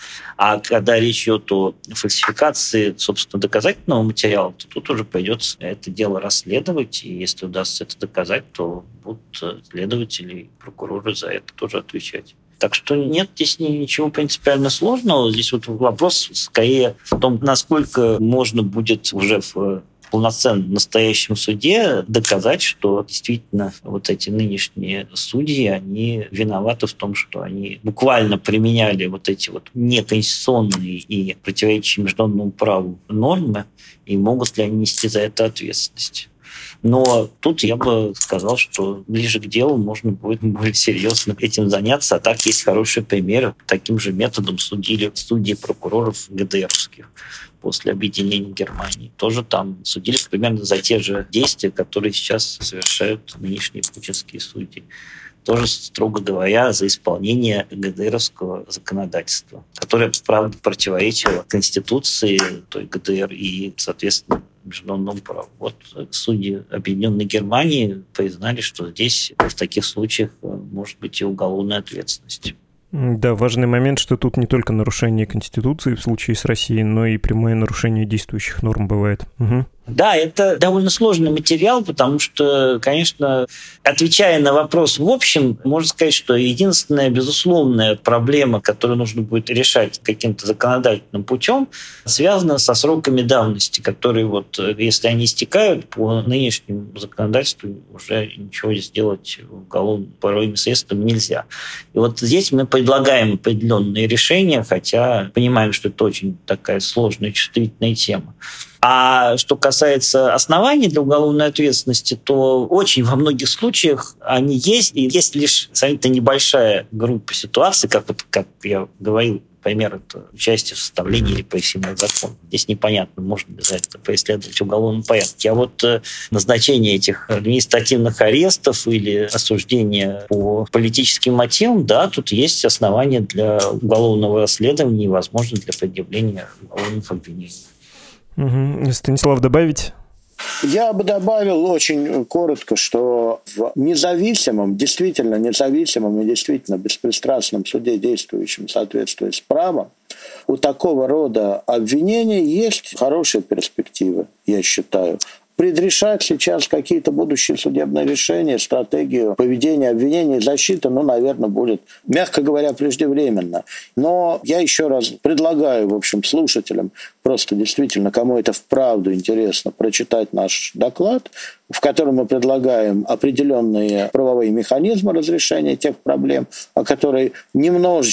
А когда речь идет о фальсификации, собственно, доказательного материала, то тут уже придется это дело расследовать, и если удастся это доказать, то будут следователи и прокуроры за это тоже отвечать. Так что нет здесь ничего принципиально сложного. Здесь вопрос скорее в том, насколько можно будет уже в полноценном настоящем суде доказать, что действительно эти нынешние судьи, они виноваты в том, что они буквально применяли эти неконституционные и противоречащие международному праву нормы, и могут ли они нести за это ответственность. Но тут я бы сказал, что ближе к делу можно будет более серьезно этим заняться. А так есть хорошие примеры. Таким же методом судили судьи прокуроров ГДРовских после объединения Германии. Тоже там судили примерно за те же действия, которые сейчас совершают нынешние путинские судьи. Тоже, строго говоря, за исполнение ГДРовского законодательства, которое, правда, противоречило Конституции той ГДР и, соответственно, международному праву. Судьи Объединенной Германии признали, что здесь в таких случаях может быть и уголовная ответственность. Да, важный момент, что тут не только нарушение Конституции в случае с Россией, но и прямое нарушение действующих норм бывает. Угу. Да, это довольно сложный материал, потому что, конечно, отвечая на вопрос в общем, можно сказать, что единственная безусловная проблема, которую нужно будет решать каким-то законодательным путем, связана со сроками давности, которые, вот, если они истекают, по нынешнему законодательству уже ничего сделать уголовно-правовыми средствами нельзя. И вот здесь мы предлагаем определенные решения, хотя понимаем, что это очень такая сложная, чувствительная тема. А что касается оснований для уголовной ответственности, то очень во многих случаях они есть, и есть лишь сравнительно небольшая группа ситуаций, как я говорил, например, это участие в составлении репрессивного закона. Здесь непонятно, можно ли за это преследовать в уголовном порядке. А вот назначение этих административных арестов или осуждение по политическим мотивам, да, тут есть основания для уголовного расследования и, возможно, для предъявления уголовных обвинений. Угу. Станислав, добавить? Я бы добавил очень коротко, что в независимом, действительно независимом и действительно беспристрастном суде, действующем в соответствии с правом, у такого рода обвинений есть хорошие перспективы, я считаю. Предрешать сейчас какие-то будущие судебные решения, стратегию поведения обвинений и защиты, наверное, будет, мягко говоря, преждевременно. Но я еще раз предлагаю, в общем, слушателям, просто действительно, кому это вправду интересно, прочитать наш доклад, в котором мы предлагаем определенные правовые механизмы разрешения тех проблем, о которых мы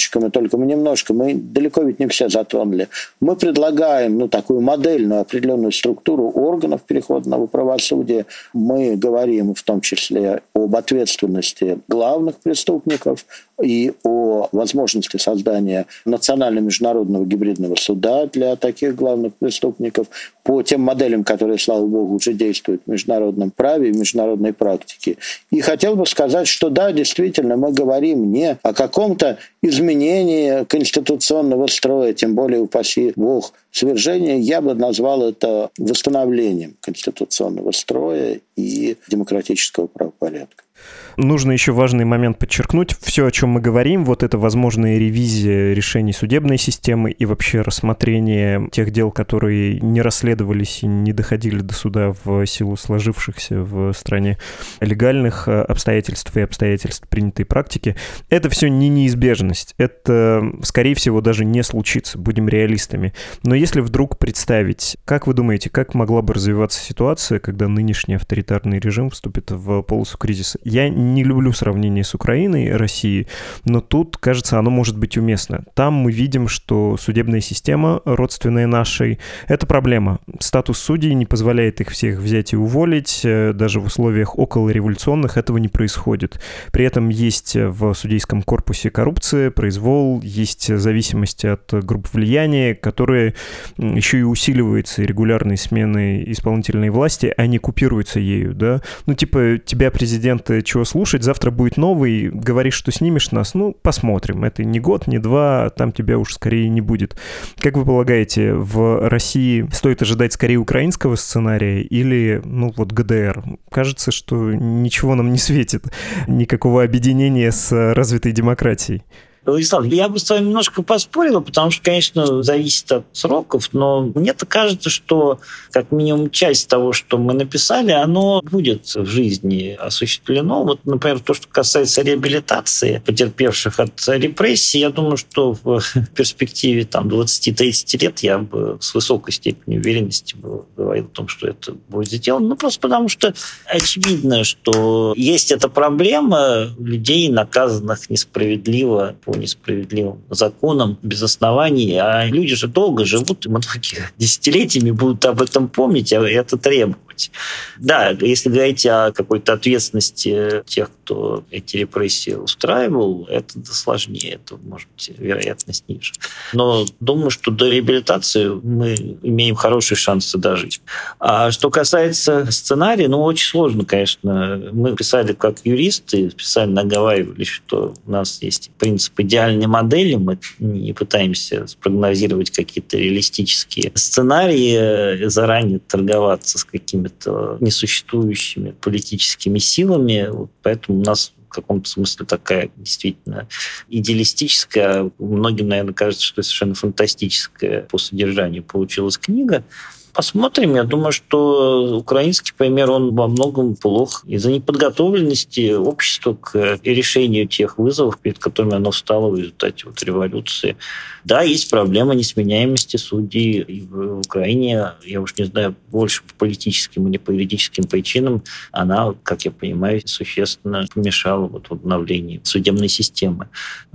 далеко ведь не все затронули. Мы предлагаем такую модельную определенную структуру органов переходного правосудия. Мы говорим в том числе об ответственности главных преступников и о возможности создания национально-международного гибридного суда для таких главных преступников по тем моделям, которые, слава богу, уже действуют в международном праве и в международной практике. И хотел бы сказать, что да, действительно, мы говорим не о каком-то изменении конституционного строя, тем более, упаси Бог, свержение. Я бы назвал это восстановлением конституционного строя и демократического правопорядка. Нужно еще важный момент подчеркнуть. Все, о чем мы говорим, вот это возможная ревизия решений судебной системы и вообще рассмотрение тех дел, которые не расследовались и не доходили до суда в силу сложившихся в стране легальных обстоятельств и обстоятельств принятой практики, это все не неизбежность. Это, скорее всего, даже не случится, будем реалистами. Но если вдруг представить, как вы думаете, как могла бы развиваться ситуация, когда нынешний авторитарный режим вступит в полосу кризиса? Я не люблю сравнение с Украиной и Россией, но тут, кажется, оно может быть уместно. Там мы видим, что судебная система, родственная нашей, это проблема. Статус судей не позволяет их всех взять и уволить. Даже в условиях околореволюционных этого не происходит. При этом есть в судейском корпусе коррупция, произвол, есть зависимость от групп влияния, которые еще и усиливаются регулярной сменой исполнительной власти, а не купируются ею, да? Тебя президент чего слушать, завтра будет новый, говоришь, что снимешь нас, посмотрим. Это не год, не два, там тебя уж скорее не будет. Как вы полагаете, в России стоит ожидать скорее украинского сценария или, ГДР? Кажется, что ничего нам не светит, никакого объединения с развитой демократией. Владислав, я бы с вами немножко поспорила, потому что, конечно, зависит от сроков, но мне-то кажется, что как минимум часть того, что мы написали, оно будет в жизни осуществлено. Вот, например, то, что касается реабилитации потерпевших от репрессий, я думаю, что в перспективе 20-30 лет я бы с высокой степенью уверенности говорил о том, что это будет сделано. Просто потому что очевидно, что есть эта проблема людей, наказанных несправедливо по несправедливым законам, без оснований. А люди же долго живут, и многие десятилетиями будут об этом помнить, а это требовать. Да, если говорить о какой-то ответственности тех, кто эти репрессии устраивал, это сложнее, это, может быть, вероятность ниже. Но думаю, что до реабилитации мы имеем хорошие шансы дожить. А что касается сценария, очень сложно, конечно. Мы писали как юристы, специально оговаривали, что у нас есть принцип идеальной модели, мы не пытаемся спрогнозировать какие-то реалистические сценарии, заранее торговаться с какими-то какими-то несуществующими политическими силами. Вот поэтому у нас в каком-то смысле такая действительно идеалистическая, многим, наверное, кажется, что совершенно фантастическая по содержанию получилась книга. Посмотрим. Я думаю, что украинский пример, он во многом плох из-за неподготовленности общества к решению тех вызовов, перед которыми оно встало в результате революции. Да, есть проблема несменяемости судей и в Украине. Я уж не знаю, больше по политическим или по юридическим причинам она, как я понимаю, существенно помешала в обновлении судебной системы.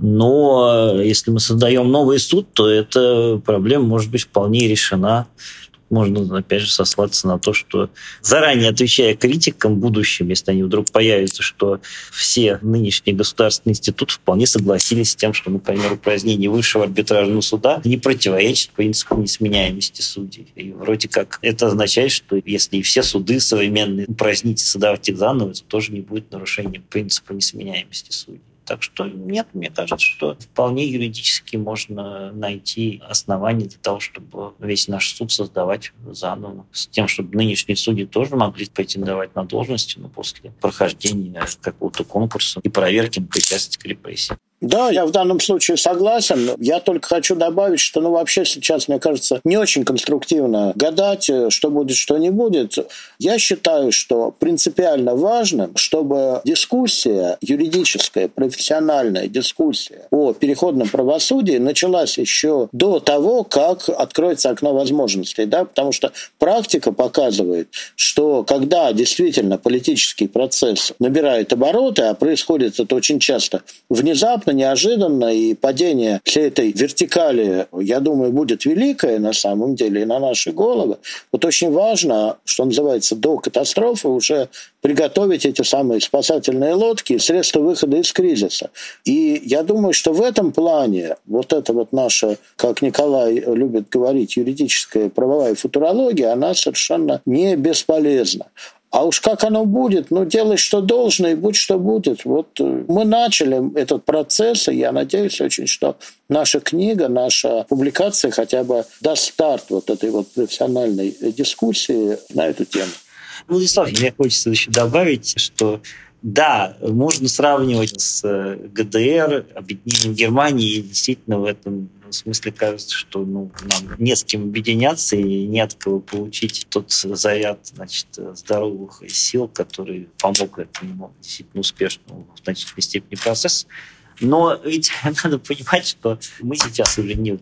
Но если мы создаем новый суд, то эта проблема может быть вполне решена. Можно, опять же, сослаться на то, что заранее отвечая критикам в будущем, если они вдруг появятся, что все нынешние государственные институты вполне согласились с тем, что, например, упразднение высшего арбитражного суда не противоречит принципу несменяемости судей. И вроде как это означает, что если и все суды современные упразднить и создавать их заново, то тоже не будет нарушением принципа несменяемости судей. Так что нет, мне кажется, что вполне юридически можно найти основания для того, чтобы весь наш суд создавать заново, с тем, чтобы нынешние судьи тоже могли претендовать на должности, но после прохождения какого-то конкурса и проверки на причастность к репрессиям. Да, я в данном случае согласен. Я только хочу добавить, что вообще сейчас, мне кажется, не очень конструктивно гадать, что будет, что не будет. Я считаю, что принципиально важным, чтобы дискуссия юридическая, профессиональная дискуссия о переходном правосудии началась еще до того, как откроется окно возможностей. Да? Потому что практика показывает, что когда действительно политический процесс набирает обороты, а происходит это очень часто внезапно, неожиданно, и падение всей этой вертикали, я думаю, будет великое на самом деле и на наши головы. Вот очень важно, что называется, до катастрофы уже приготовить эти самые спасательные лодки и средства выхода из кризиса. И я думаю, что в этом плане вот эта вот наша, как Николай любит говорить, юридическая правовая футурология, она совершенно не бесполезна. А уж как оно будет, делай, что должно, и будь, что будет. Вот мы начали этот процесс, и я надеюсь очень, что наша книга, наша публикация хотя бы даст старт вот этой вот профессиональной дискуссии на эту тему. Владислав, мне хочется еще добавить, что да, можно сравнивать с ГДР, объединением Германии, и действительно в этом смысле кажется, что нам не с кем объединяться и не от кого получить тот заряд, здоровых сил, который помог этому действительно успешному в значительной степени процессу. Но ведь надо понимать, что мы сейчас уже не в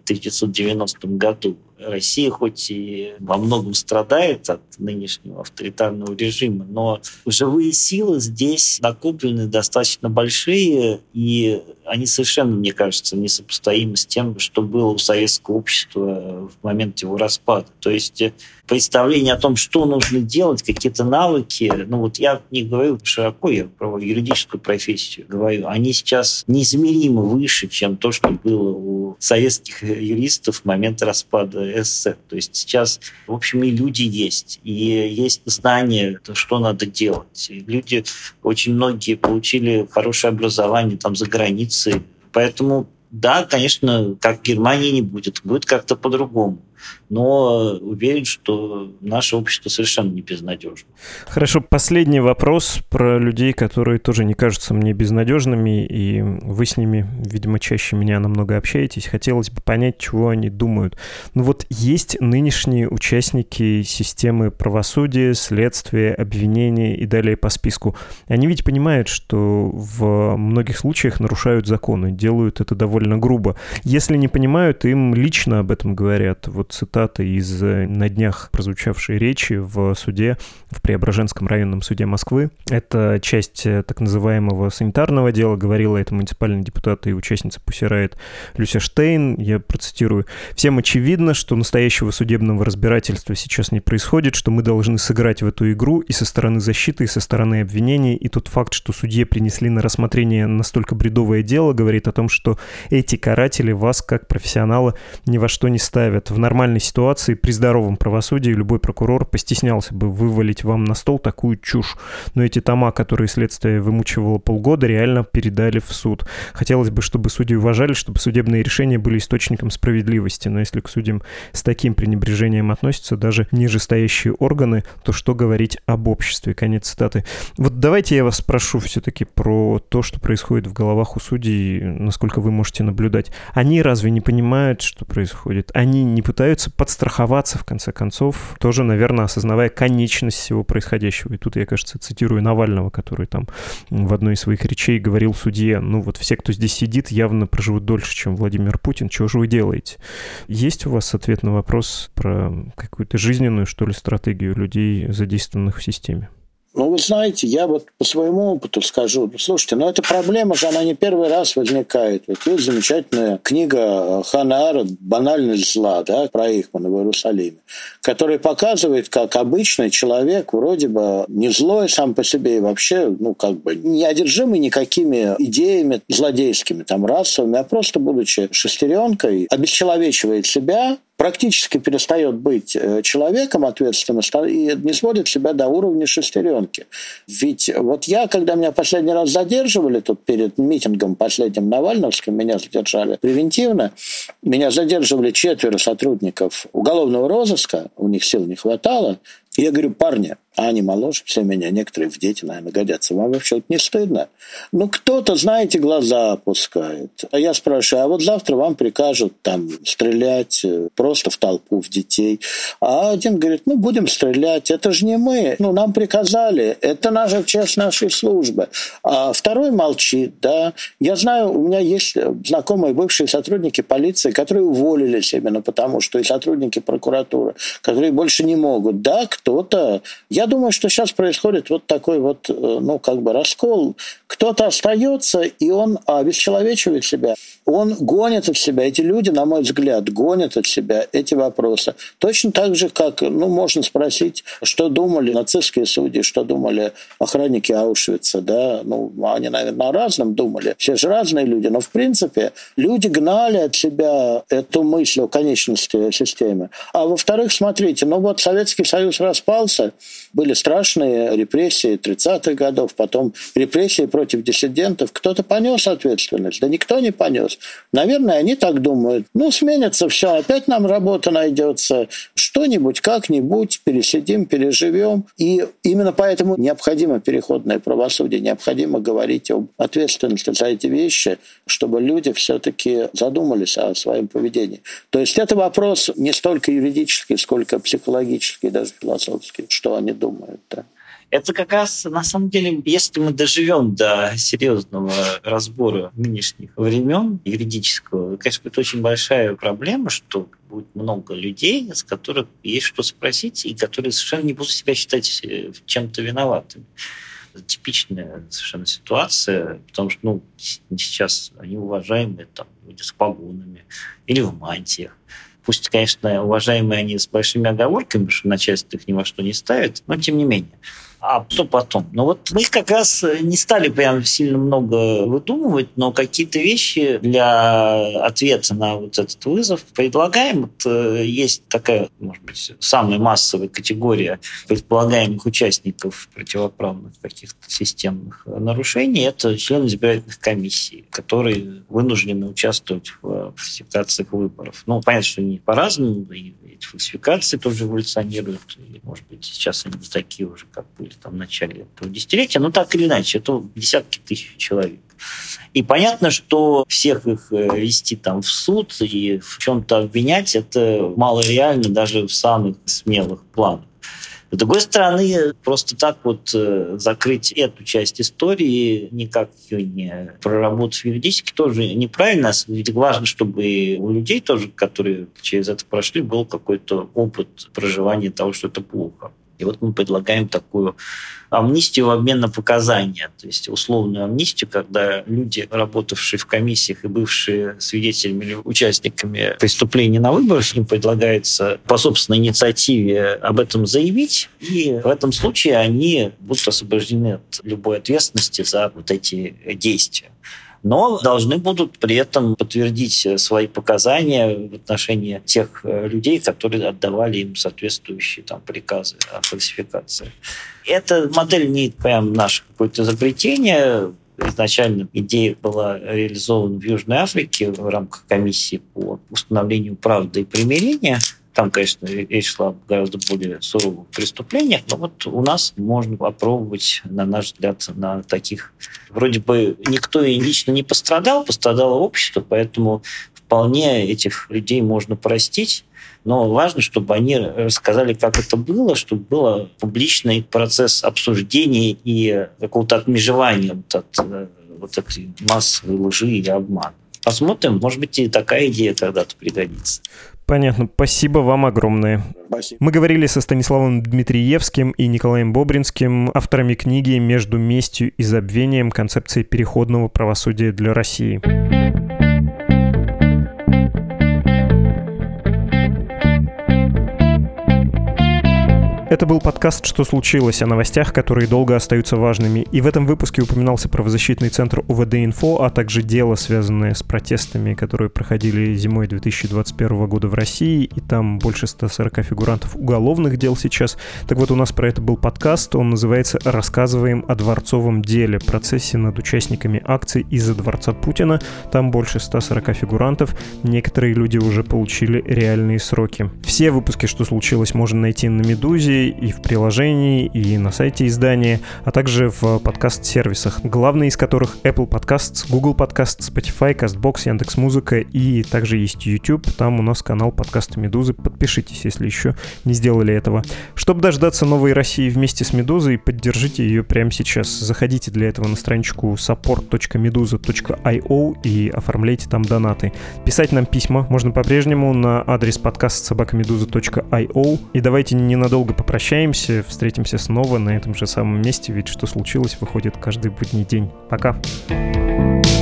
1990 году. Россия хоть и во многом страдает от нынешнего авторитарного режима, но живые силы здесь накоплены достаточно большие, и они совершенно, мне кажется, несопоставимы с тем, что было у советского общества в момент его распада. То есть представление о том, что нужно делать, какие-то навыки, я не говорю широко, я про юридическую профессию говорю, они сейчас неизмеримо выше, чем то, что было у советских юристов в момент распада СССР. То есть сейчас, в общем, и люди есть, и есть знания, что надо делать. И люди, очень многие получили хорошее образование за границей. Поэтому, да, конечно, как в Германии не будет, будет как-то по-другому. Но уверен, что наше общество совершенно не безнадежно. Хорошо, последний вопрос про людей, которые тоже не кажутся мне безнадежными, и вы с ними, видимо, чаще меня намного общаетесь. Хотелось бы понять, чего они думают. Есть нынешние участники системы правосудия, следствия, обвинения и далее по списку. Они ведь понимают, что в многих случаях нарушают законы, делают это довольно грубо. Если не понимают, им лично об этом говорят. Цитата из на днях прозвучавшей речи в суде, в Преображенском районном суде Москвы. Это часть так называемого санитарного дела, говорила это муниципальный депутат и участница Pussy Riot Люся Штейн. Я процитирую. «Всем очевидно, что настоящего судебного разбирательства сейчас не происходит, что мы должны сыграть в эту игру и со стороны защиты, и со стороны обвинения. И тот факт, что судье принесли на рассмотрение настолько бредовое дело, говорит о том, что эти каратели вас, как профессионала, ни во что не ставят. В нормальном нормальной ситуации, при здоровом правосудии, любой прокурор постеснялся бы вывалить вам на стол такую чушь. Но эти тома, которые следствие вымучивало полгода, реально передали в суд. Хотелось бы, чтобы судьи уважали, чтобы судебные решения были источником справедливости. Но если к судьям с таким пренебрежением относятся даже нижестоящие органы, то что говорить об обществе? Конец цитаты. Вот давайте я вас спрошу все-таки про то, что происходит в головах у судей, насколько вы можете наблюдать. Они разве не понимают, что происходит? Они не пытаются подстраховаться, в конце концов, тоже, наверное, осознавая конечность всего происходящего. И тут я, кажется, цитирую Навального, который там в одной из своих речей говорил судье: ну вот все, кто здесь сидит, явно проживут дольше, чем Владимир Путин. Чего же вы делаете? Есть у вас ответ на вопрос про какую-то жизненную, что ли, стратегию людей, задействованных в системе? Ну, вы знаете, я вот по своему опыту скажу, слушайте, но эта проблема же, она не первый раз возникает. Вот есть замечательная книга Ханна Аренд «Банальность зла», да, про Эйхмана в Иерусалиме, которая показывает, как обычный человек, вроде бы не злой сам по себе и вообще, ну, как бы не одержимый никакими идеями злодейскими, там, расовыми, а просто будучи шестеренкой, обесчеловечивает себя, практически перестает быть человеком ответственным и не сводит себя до уровня шестеренки. Ведь вот я, когда меня последний раз задерживали, тут перед митингом последним навальновским, меня задержали превентивно, меня задерживали 4 сотрудников уголовного розыска, у них сил не хватало. И я говорю: парни, а они моложе все меня, некоторые в дети, наверное, годятся, вам вообще не стыдно? Ну, кто-то, знаете, глаза опускает. А я спрашиваю: а вот завтра вам прикажут там стрелять просто в толпу, в детей. А один говорит: ну, будем стрелять, это же не мы, ну, нам приказали, это наша часть нашей службы. А второй молчит, да. Я знаю, у меня есть знакомые бывшие сотрудники полиции, которые уволились именно потому, что и сотрудники прокуратуры, которые больше не могут, да, кто-то... Я думаю, что сейчас происходит вот такой вот, ну, как бы раскол. Кто-то остается, и он обесчеловечивает себя. Он гонит от себя, эти люди, на мой взгляд, гонят от себя эти вопросы. Точно так же, как, ну, можно спросить, что думали нацистские судьи, что думали охранники Аушвица, да, ну, они, наверное, о разном думали. Все же разные люди, но, в принципе, люди гнали от себя эту мысль о конечности системы. А во-вторых, смотрите, ну, вот Советский Союз распался, были страшные репрессии 30-х годов, потом репрессии против диссидентов. Кто-то понес ответственность? Да никто не понес. Наверное, они так думают. Ну, сменится все, опять нам работа найдется. Что-нибудь, как-нибудь пересидим, переживем. И именно поэтому необходимо переходное правосудие, необходимо говорить об ответственности за эти вещи, чтобы люди все-таки задумались о своем поведении. То есть это вопрос не столько юридический, сколько психологический, даже философский, что они думают, да. Это как раз, на самом деле, если мы доживем до серьезного разбора нынешних времен юридического, конечно, будет очень большая проблема, что будет много людей, с которых есть что спросить, и которые совершенно не будут себя считать чем-то виноватыми. Это типичная совершенно ситуация, потому что, ну, сейчас они уважаемые там люди с погонами или в мантиях. Пусть, конечно, уважаемые они с большими оговорками, потому что начальство их ни во что не ставит, но тем не менее. А что потом? Ну вот мы как раз не стали прям сильно много выдумывать, но какие-то вещи для ответа на вот этот вызов предлагаем. Вот есть такая, может быть, самая массовая категория предполагаемых участников противоправных каких-то системных нарушений. Это члены избирательных комиссий, которые вынуждены участвовать в фальсификациях выборов. Ну, понятно, что они по-разному, и эти фальсификации тоже эволюционируют. И, может быть, сейчас они не такие уже, как были там в начале этого десятилетия, но так или иначе, это десятки тысяч человек. И понятно, что всех их вести там в суд и в чем-то обвинять, это малореально даже в самых смелых планах. С другой стороны, просто так вот закрыть эту часть истории, никак ее не проработав юридически, тоже неправильно. Ведь важно, чтобы у людей тоже, которые через это прошли, был какой-то опыт проживания того, что это плохо. И вот мы предлагаем такую амнистию в обмен на показания, то есть условную амнистию, когда люди, работавшие в комиссиях и бывшие свидетелями или участниками преступлений на выборах, им предлагается по собственной инициативе об этом заявить, и в этом случае они будут освобождены от любой ответственности за вот эти действия. но должны будут при этом подтвердить свои показания в отношении тех людей, которые отдавали им соответствующие приказы о фальсификации. Эта модель не прям наше какое-то изобретение. Изначально идея была реализована в Южной Африке в рамках комиссии по установлению правды и примирения. Там, конечно, речь шла о гораздо более суровых преступлениях, но вот у нас можно попробовать, на наш взгляд, на таких... Вроде бы никто и лично не пострадало общество, поэтому вполне этих людей можно простить. Но важно, чтобы они рассказали, как это было, чтобы был публичный процесс обсуждения и какого-то отмежевания от этой массовой лжи или обмана. Посмотрим, может быть, и такая идея когда-то пригодится. Понятно. Спасибо вам огромное. Спасибо. Мы говорили со Станиславом Дмитриевским и Николаем Бобринским, авторами книги «Между местью и забвением. Концепция переходного правосудия для России». Это был подкаст «Что случилось?» о новостях, которые долго остаются важными. И в этом выпуске упоминался правозащитный центр УВД-Инфо, а также дело, связанное с протестами, которые проходили зимой 2021 года в России. И там больше 140 фигурантов уголовных дел сейчас. Так вот, у нас про это был подкаст. Он называется «Рассказываем о дворцовом деле. Процессе над участниками акций из-за дворца Путина». Там больше 140 фигурантов. Некоторые люди уже получили реальные сроки. Все выпуски «Что случилось?» можно найти на «Медузе», и в приложении, и на сайте издания, а также в подкаст-сервисах, главные из которых Apple Podcasts, Google Podcasts, Spotify, CastBox, Яндекс.Музыка, и также есть YouTube, там у нас канал подкаста «Медузы». Подпишитесь, если еще не сделали этого. Чтобы дождаться новой России вместе с «Медузой», поддержите ее прямо сейчас. Заходите для этого на страничку support.meduza.io и оформляйте там донаты. Писать нам письма можно по-прежнему на адрес podcast@meduza.io. И давайте ненадолго попрощаемся, встретимся снова на этом же самом месте, ведь «Что случилось?» выходит каждый будний день. Пока!